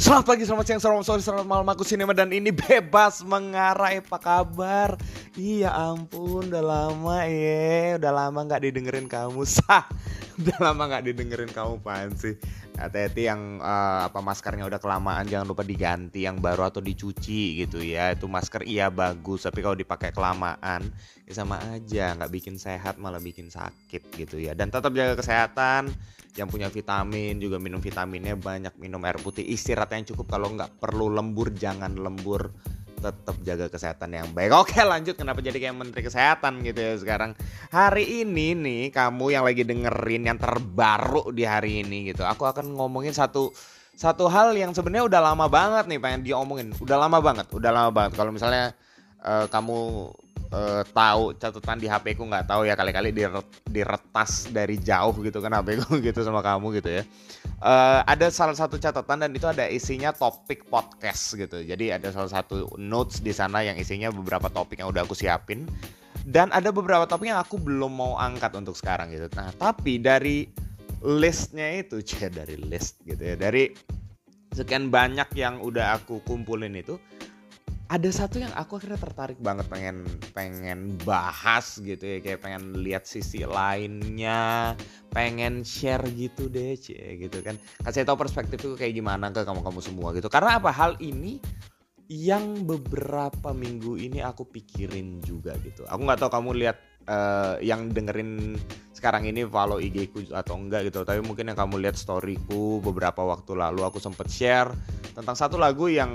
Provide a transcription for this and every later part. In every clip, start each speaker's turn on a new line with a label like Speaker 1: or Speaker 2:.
Speaker 1: Selamat pagi, selamat siang, selamat sore, selamat malam. Aku Sinema dan ini Bebas Mengarah. Apa kabar? Iya ampun, udah lama ya. Udah lama gak didengerin kamu. Udah lama gak didengerin kamu, apaan sih? Hati-hati yang maskernya udah kelamaan, jangan lupa diganti yang baru atau dicuci gitu ya. Itu masker iya bagus, tapi kalau dipakai kelamaan ya sama aja, gak bikin sehat malah bikin sakit gitu ya. Dan tetap jaga kesehatan. Yang punya vitamin juga minum vitaminnya banyak, minum air putih, istirahat yang cukup. Kalau nggak perlu lembur jangan lembur, tetap jaga kesehatan yang baik. Oke, lanjut, kenapa jadi kayak menteri kesehatan gitu ya sekarang. Hari ini nih kamu yang lagi dengerin yang terbaru di hari ini gitu, aku akan ngomongin satu hal yang sebenarnya udah lama banget nih pengen diomongin. Udah lama banget. Kalau misalnya kamu tahu catatan di HP ku, nggak tahu ya, kali-kali diretas dari jauh gitu kan HP ku gitu sama kamu gitu ya. Ada salah satu catatan dan itu ada isinya topik podcast gitu. Jadi ada salah satu notes di sana yang isinya beberapa topik yang udah aku siapin dan ada beberapa topik yang aku belum mau angkat untuk sekarang gitu. Nah, tapi dari listnya itu, dari list gitu ya, dari sekian banyak yang udah aku kumpulin itu, ada satu yang aku akhirnya tertarik banget, pengen bahas gitu ya, kayak pengen lihat sisi lainnya, pengen share gitu deh, gitu kan. Kasih tahu perspektifku kayak gimana ke kamu semua gitu. Karena apa, hal ini yang beberapa minggu ini aku pikirin juga gitu. Aku nggak tahu kamu lihat yang dengerin sekarang ini follow IG ku atau enggak gitu, tapi mungkin yang kamu lihat storyku beberapa waktu lalu aku sempet share tentang satu lagu yang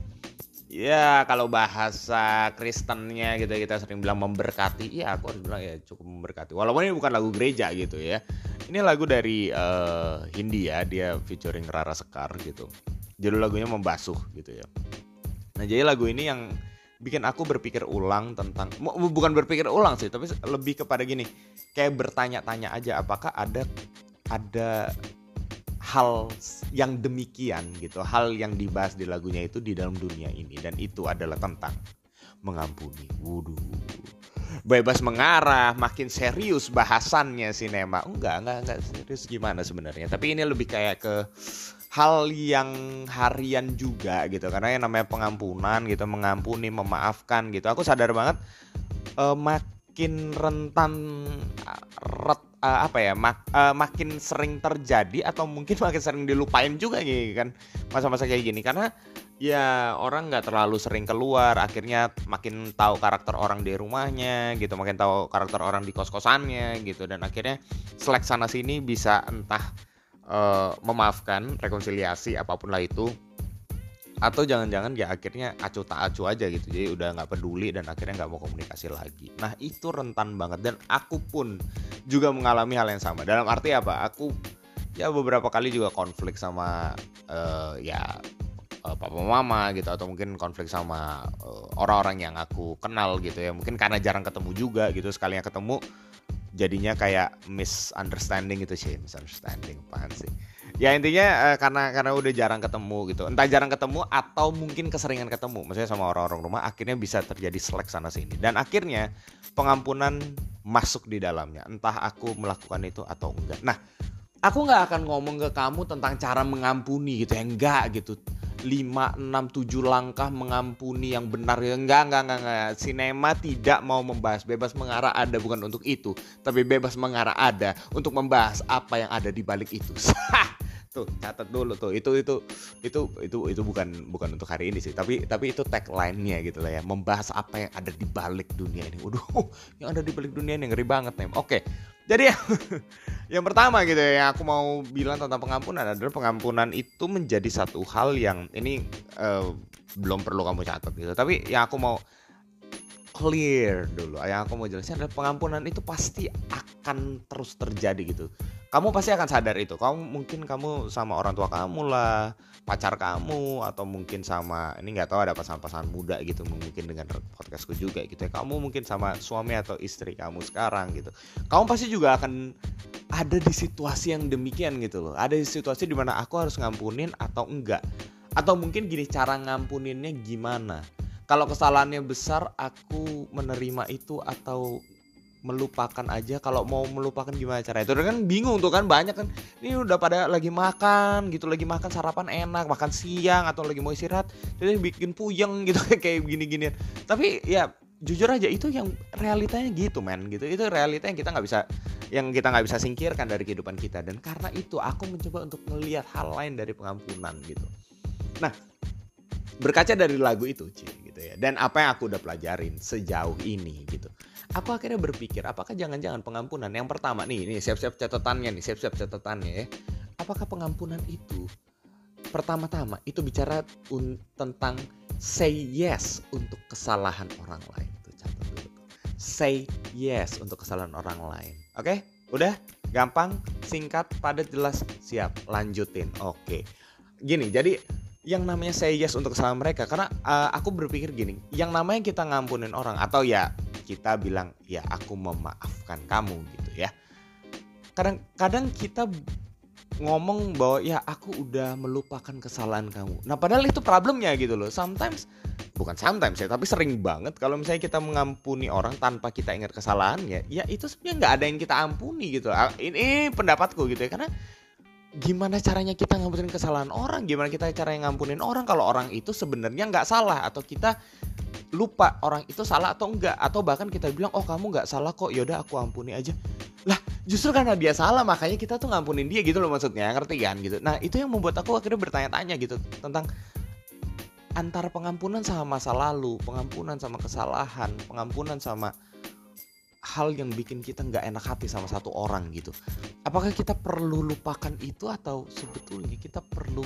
Speaker 1: ya kalau bahasa Kristennya gitu kita sering bilang memberkati. Ya aku harus bilang ya cukup memberkati. Walaupun ini bukan lagu gereja gitu ya. Ini lagu dari Hindia, dia featuring Rara Sekar gitu. Judul lagunya Membasuh gitu ya. Nah, jadi lagu ini yang bikin aku berpikir ulang tentang, bukan berpikir ulang sih, tapi lebih kepada gini, kayak bertanya-tanya aja, apakah ada hal yang demikian gitu, hal yang dibahas di lagunya itu di dalam dunia ini, dan itu adalah tentang mengampuni. Waduh, bebas mengarah, makin serius bahasannya Sinema. Enggak serius gimana sebenarnya, tapi ini lebih kayak ke hal yang harian juga gitu, karena yang namanya pengampunan gitu, mengampuni, memaafkan gitu, aku sadar banget makin rentan makin sering terjadi atau mungkin makin sering dilupain juga gitu kan masa-masa kayak gini, karena ya orang nggak terlalu sering keluar, akhirnya makin tahu karakter orang di rumahnya gitu, makin tahu karakter orang di kos-kosannya gitu, dan akhirnya selek sana sini bisa entah memaafkan, rekonsiliasi apapun lah itu, atau jangan-jangan ya akhirnya acuh tak acuh aja gitu, jadi udah nggak peduli dan akhirnya nggak mau komunikasi lagi. Nah, itu rentan banget dan aku pun juga mengalami hal yang sama. Dalam arti apa? Aku ya beberapa kali juga konflik sama papa mama gitu, atau mungkin konflik sama orang-orang yang aku kenal gitu ya. Mungkin karena jarang ketemu juga gitu, sekalinya ketemu jadinya kayak misunderstanding gitu sih. Misunderstanding apaan sih? Ya intinya karena udah jarang ketemu gitu. Entah jarang ketemu atau mungkin keseringan ketemu, maksudnya sama orang-orang rumah, akhirnya bisa terjadi selek sana sini. Dan akhirnya pengampunan masuk di dalamnya, entah aku melakukan itu atau enggak. Nah, aku gak akan ngomong ke kamu tentang cara mengampuni gitu ya, enggak gitu, 5, 6, 7 langkah mengampuni yang benar ya. Enggak. Sinema tidak mau membahas. Bebas mengarah ada bukan untuk itu, tapi bebas mengarah ada untuk membahas apa yang ada di balik itu. Tuh, catat dulu tuh. Itu bukan untuk hari ini sih, tapi itu tagline-nya gitu lah ya. Membahas apa yang ada di balik dunia ini. Waduh, yang ada di balik dunia ini ngeri banget nih. Oke. Jadi yang pertama gitu ya, yang aku mau bilang tentang pengampunan adalah pengampunan itu menjadi satu hal yang ini belum perlu kamu catat gitu. Tapi yang aku mau clear dulu, yang aku mau jelasin adalah pengampunan itu pasti akan terus terjadi gitu. Kamu pasti akan sadar itu. Kamu sama orang tua kamu lah, pacar kamu, atau mungkin sama, ini nggak tahu ada pasangan-pasangan muda gitu mungkin dengan podcastku juga gitu ya. Kamu mungkin sama suami atau istri kamu sekarang gitu. Kamu pasti juga akan ada di situasi yang demikian gitu loh. Ada di situasi di mana aku harus ngampunin atau enggak. Atau mungkin gini, cara ngampuninnya gimana? Kalau kesalahannya besar, aku menerima itu atau melupakan aja. Kalau mau melupakan gimana cara itu kan bingung tuh kan, banyak kan ini udah pada lagi makan gitu, lagi makan sarapan enak, makan siang atau lagi mau istirahat jadi bikin puyeng gitu kayak gini-ginian. Tapi ya jujur aja itu yang realitanya gitu men gitu, itu realita yang kita nggak bisa singkirkan dari kehidupan kita. Dan karena itu aku mencoba untuk melihat hal lain dari pengampunan gitu. Nah, berkaca dari lagu itu gitu ya, dan apa yang aku udah pelajarin sejauh ini gitu, aku akhirnya berpikir apakah jangan-jangan pengampunan yang pertama nih siap-siap catatannya ya, apakah pengampunan itu pertama-tama itu bicara tentang say yes untuk kesalahan orang lain. Tuh catat dulu, say yes untuk kesalahan orang lain. Oke, udah gampang, singkat, padat, jelas, siap, lanjutin. Oke, gini, jadi yang namanya say yes untuk kesalahan mereka, karena aku berpikir gini, yang namanya kita ngampunin orang atau ya kita bilang ya aku memaafkan kamu gitu ya, kadang kita ngomong bahwa ya aku udah melupakan kesalahan kamu. Nah padahal itu problemnya gitu loh. Bukan sometimes ya, tapi sering banget kalau misalnya kita mengampuni orang tanpa kita ingat kesalahannya, ya itu sebenarnya nggak ada yang kita ampuni gitu. Ini pendapatku gitu ya, karena gimana caranya kita ngampunin kesalahan orang, gimana kita caranya ngampunin orang kalau orang itu sebenarnya nggak salah, atau kita lupa orang itu salah atau enggak, atau bahkan kita bilang oh kamu nggak salah kok, yaudah aku ampuni aja. Lah justru karena dia salah makanya kita tuh ngampunin dia gitu loh, maksudnya ngerti kan gitu. Nah itu yang membuat aku akhirnya bertanya-tanya gitu tentang antara pengampunan sama masa lalu, pengampunan sama kesalahan, pengampunan sama hal yang bikin kita nggak enak hati sama satu orang gitu. Apakah kita perlu lupakan itu atau sebetulnya kita perlu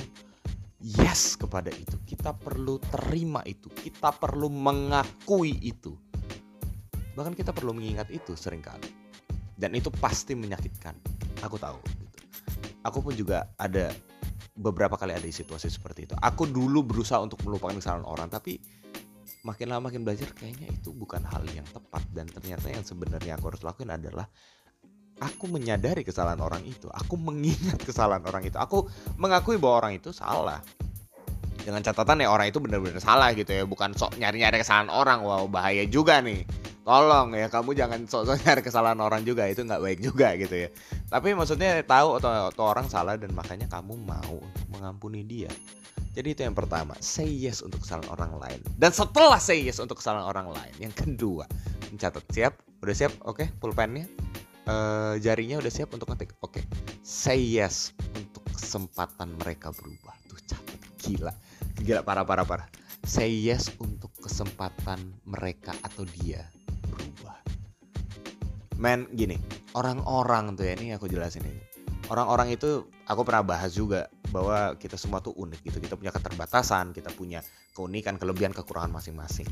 Speaker 1: yes kepada itu, kita perlu terima itu, kita perlu mengakui itu, bahkan kita perlu mengingat itu seringkali. Dan itu pasti menyakitkan, aku tahu gitu. Aku pun juga ada beberapa kali ada di situasi seperti itu. Aku dulu berusaha untuk melupakan kesalahan orang, tapi makin lama makin belajar kayaknya itu bukan hal yang tepat. Dan ternyata yang sebenarnya aku harus lakuin adalah aku menyadari kesalahan orang itu, aku mengingat kesalahan orang itu, aku mengakui bahwa orang itu salah. Dengan catatan ya orang itu benar-benar salah gitu ya, bukan sok nyari-nyari kesalahan orang. Wow, bahaya juga nih. Tolong ya, kamu jangan sok-sok nyari kesalahan orang juga, itu nggak baik juga gitu ya. Tapi maksudnya tahu atau orang salah dan makanya kamu mau untuk mengampuni dia. Jadi itu yang pertama, say yes untuk kesalahan orang lain. Dan setelah say yes untuk kesalahan orang lain, yang kedua, mencatat. Siap? Udah siap? Oke, pulpennya, jarinya udah siap untuk ngetik. Oke, say yes untuk kesempatan mereka berubah. Tuh catat, gila parah. Say yes untuk kesempatan mereka atau dia berubah. Men, gini, orang-orang tuh ya, ini aku jelasin ini. Orang-orang itu aku pernah bahas juga bahwa kita semua tuh unik gitu. Kita punya keterbatasan, kita punya keunikan, kelebihan, kekurangan masing-masing.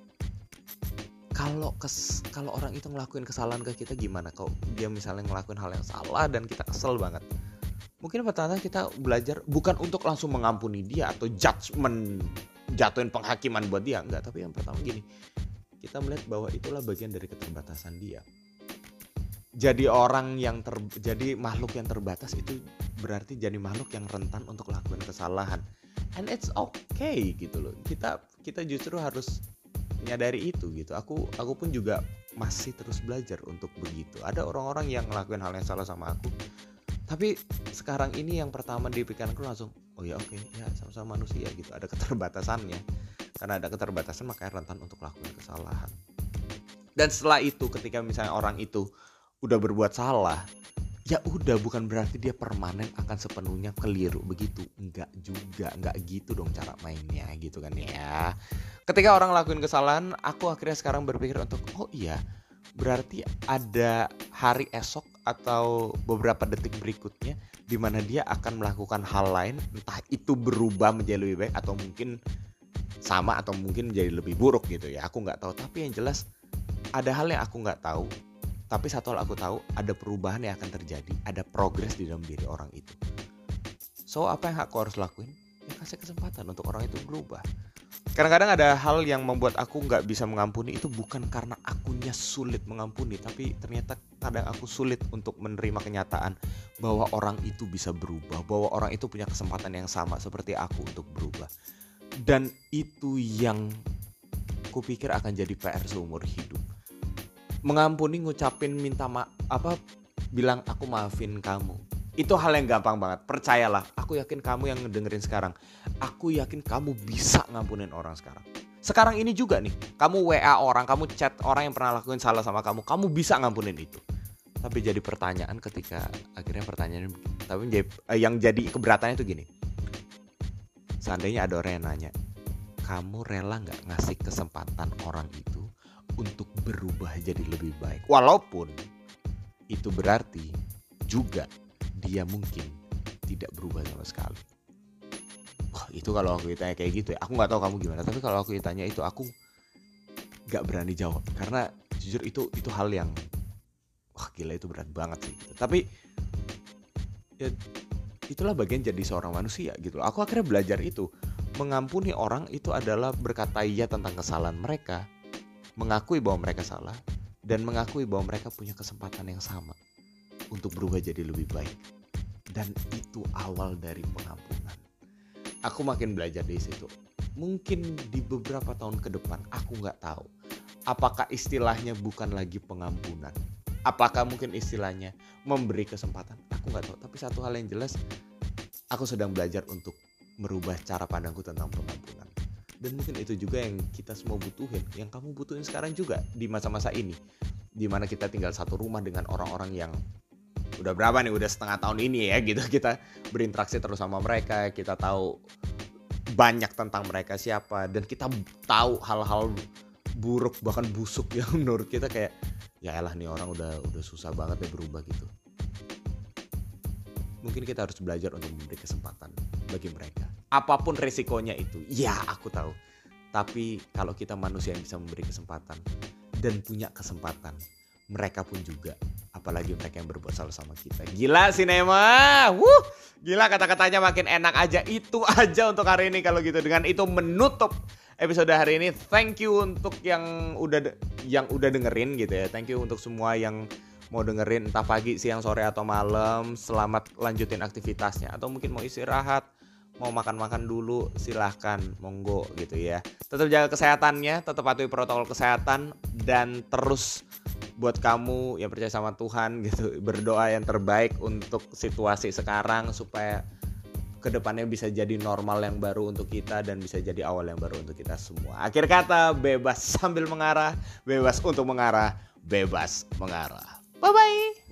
Speaker 1: Kalau orang itu ngelakuin kesalahan ke kita gimana? Kalau dia misalnya ngelakuin hal yang salah dan kita kesel banget, mungkin pertama kita belajar bukan untuk langsung mengampuni dia atau jatuhin penghakiman buat dia, enggak. Tapi yang pertama gini, kita melihat bahwa itulah bagian dari keterbatasan dia. Jadi jadi makhluk yang terbatas itu berarti jadi makhluk yang rentan untuk lakukan kesalahan. And it's okay gitu loh. Kita justru harus menyadari itu gitu. Aku pun juga masih terus belajar untuk begitu. Ada orang-orang yang ngelakuin hal yang salah sama aku, tapi sekarang ini yang pertama di pikiranku langsung, oh ya oke, ya sama-sama manusia gitu. Ada keterbatasannya. Karena ada keterbatasan makanya rentan untuk lakukan kesalahan. Dan setelah itu ketika misalnya orang itu udah berbuat salah, ya udah, bukan berarti dia permanen akan sepenuhnya keliru begitu. Enggak juga, enggak gitu dong cara mainnya gitu kan ya. Ketika orang lakuin kesalahan, aku akhirnya sekarang berpikir untuk, oh iya, berarti ada hari esok atau beberapa detik berikutnya di mana dia akan melakukan hal lain, entah itu berubah menjadi lebih baik atau mungkin sama atau mungkin menjadi lebih buruk gitu ya. Aku nggak tahu, tapi yang jelas ada hal yang aku nggak tahu. Tapi satu hal aku tahu, ada perubahan yang akan terjadi, ada progres di dalam diri orang itu. So apa yang aku harus lakuin? Ya kasih kesempatan untuk orang itu berubah. Kadang-kadang ada hal yang membuat aku gak bisa mengampuni, itu bukan karena akunya sulit mengampuni, tapi ternyata kadang aku sulit untuk menerima kenyataan bahwa orang itu bisa berubah, bahwa orang itu punya kesempatan yang sama seperti aku untuk berubah. Dan itu yang kupikir akan jadi PR seumur hidup. mengampuni, ngucapin bilang aku maafin kamu. Itu hal yang gampang banget. Percayalah, aku yakin kamu yang ngedengerin sekarang. Aku yakin kamu bisa ngampunin orang sekarang. Sekarang ini juga nih, kamu WA orang, kamu chat orang yang pernah lakuin salah sama kamu bisa ngampunin itu. Tapi jadi pertanyaan yang jadi keberatannya itu gini. Seandainya ada orang yang nanya, kamu rela gak ngasih kesempatan orang itu untuk berubah jadi lebih baik? Walaupun itu berarti juga dia mungkin tidak berubah sama sekali. Wah, itu kalau aku ditanya kayak gitu ya, aku gak tahu kamu gimana. Tapi kalau aku ditanya itu, aku gak berani jawab. Karena jujur itu hal yang, wah gila, itu berat banget sih gitu. Tapi ya itulah bagian jadi seorang manusia gitu. Aku akhirnya belajar itu. Mengampuni orang itu adalah berkata iya tentang kesalahan mereka, mengakui bahwa mereka salah, dan mengakui bahwa mereka punya kesempatan yang sama untuk berubah jadi lebih baik. Dan itu awal dari pengampunan. Aku makin belajar di situ. Mungkin di beberapa tahun ke depan aku gak tahu apakah istilahnya bukan lagi pengampunan, apakah mungkin istilahnya memberi kesempatan. Aku gak tahu. Tapi satu hal yang jelas, aku sedang belajar untuk merubah cara pandangku tentang pengampunan. Dan mungkin itu juga yang kita semua butuhin, yang kamu butuhin sekarang juga di masa-masa ini, dimana kita tinggal satu rumah dengan orang-orang yang udah berapa nih, udah setengah tahun ini ya gitu. Kita berinteraksi terus sama mereka, kita tahu banyak tentang mereka siapa, dan kita tahu hal-hal buruk bahkan busuk yang menurut kita kayak, ya elah nih orang udah susah banget ya berubah gitu. Mungkin kita harus belajar untuk memberi kesempatan bagi mereka. Apapun resikonya itu, ya aku tahu. Tapi kalau kita manusia yang bisa memberi kesempatan dan punya kesempatan, mereka pun juga, apalagi mereka yang berbuat salah sama kita. Gila Sinema. Gila, kata-katanya makin enak aja. Itu aja untuk hari ini kalau gitu. Dengan itu menutup episode hari ini. Thank you untuk yang udah dengerin gitu ya. Thank you untuk semua yang mau dengerin, entah pagi, siang, sore atau malam. Selamat lanjutin aktivitasnya, atau mungkin mau istirahat, mau makan-makan dulu, silahkan, monggo gitu ya. Tetap jaga kesehatannya, tetap patuhi protokol kesehatan, dan terus buat kamu yang percaya sama Tuhan gitu, berdoa yang terbaik untuk situasi sekarang supaya kedepannya bisa jadi normal yang baru untuk kita dan bisa jadi awal yang baru untuk kita semua. Akhir kata, bebas sambil mengarah, bebas untuk mengarah, bebas mengarah. Bye-bye.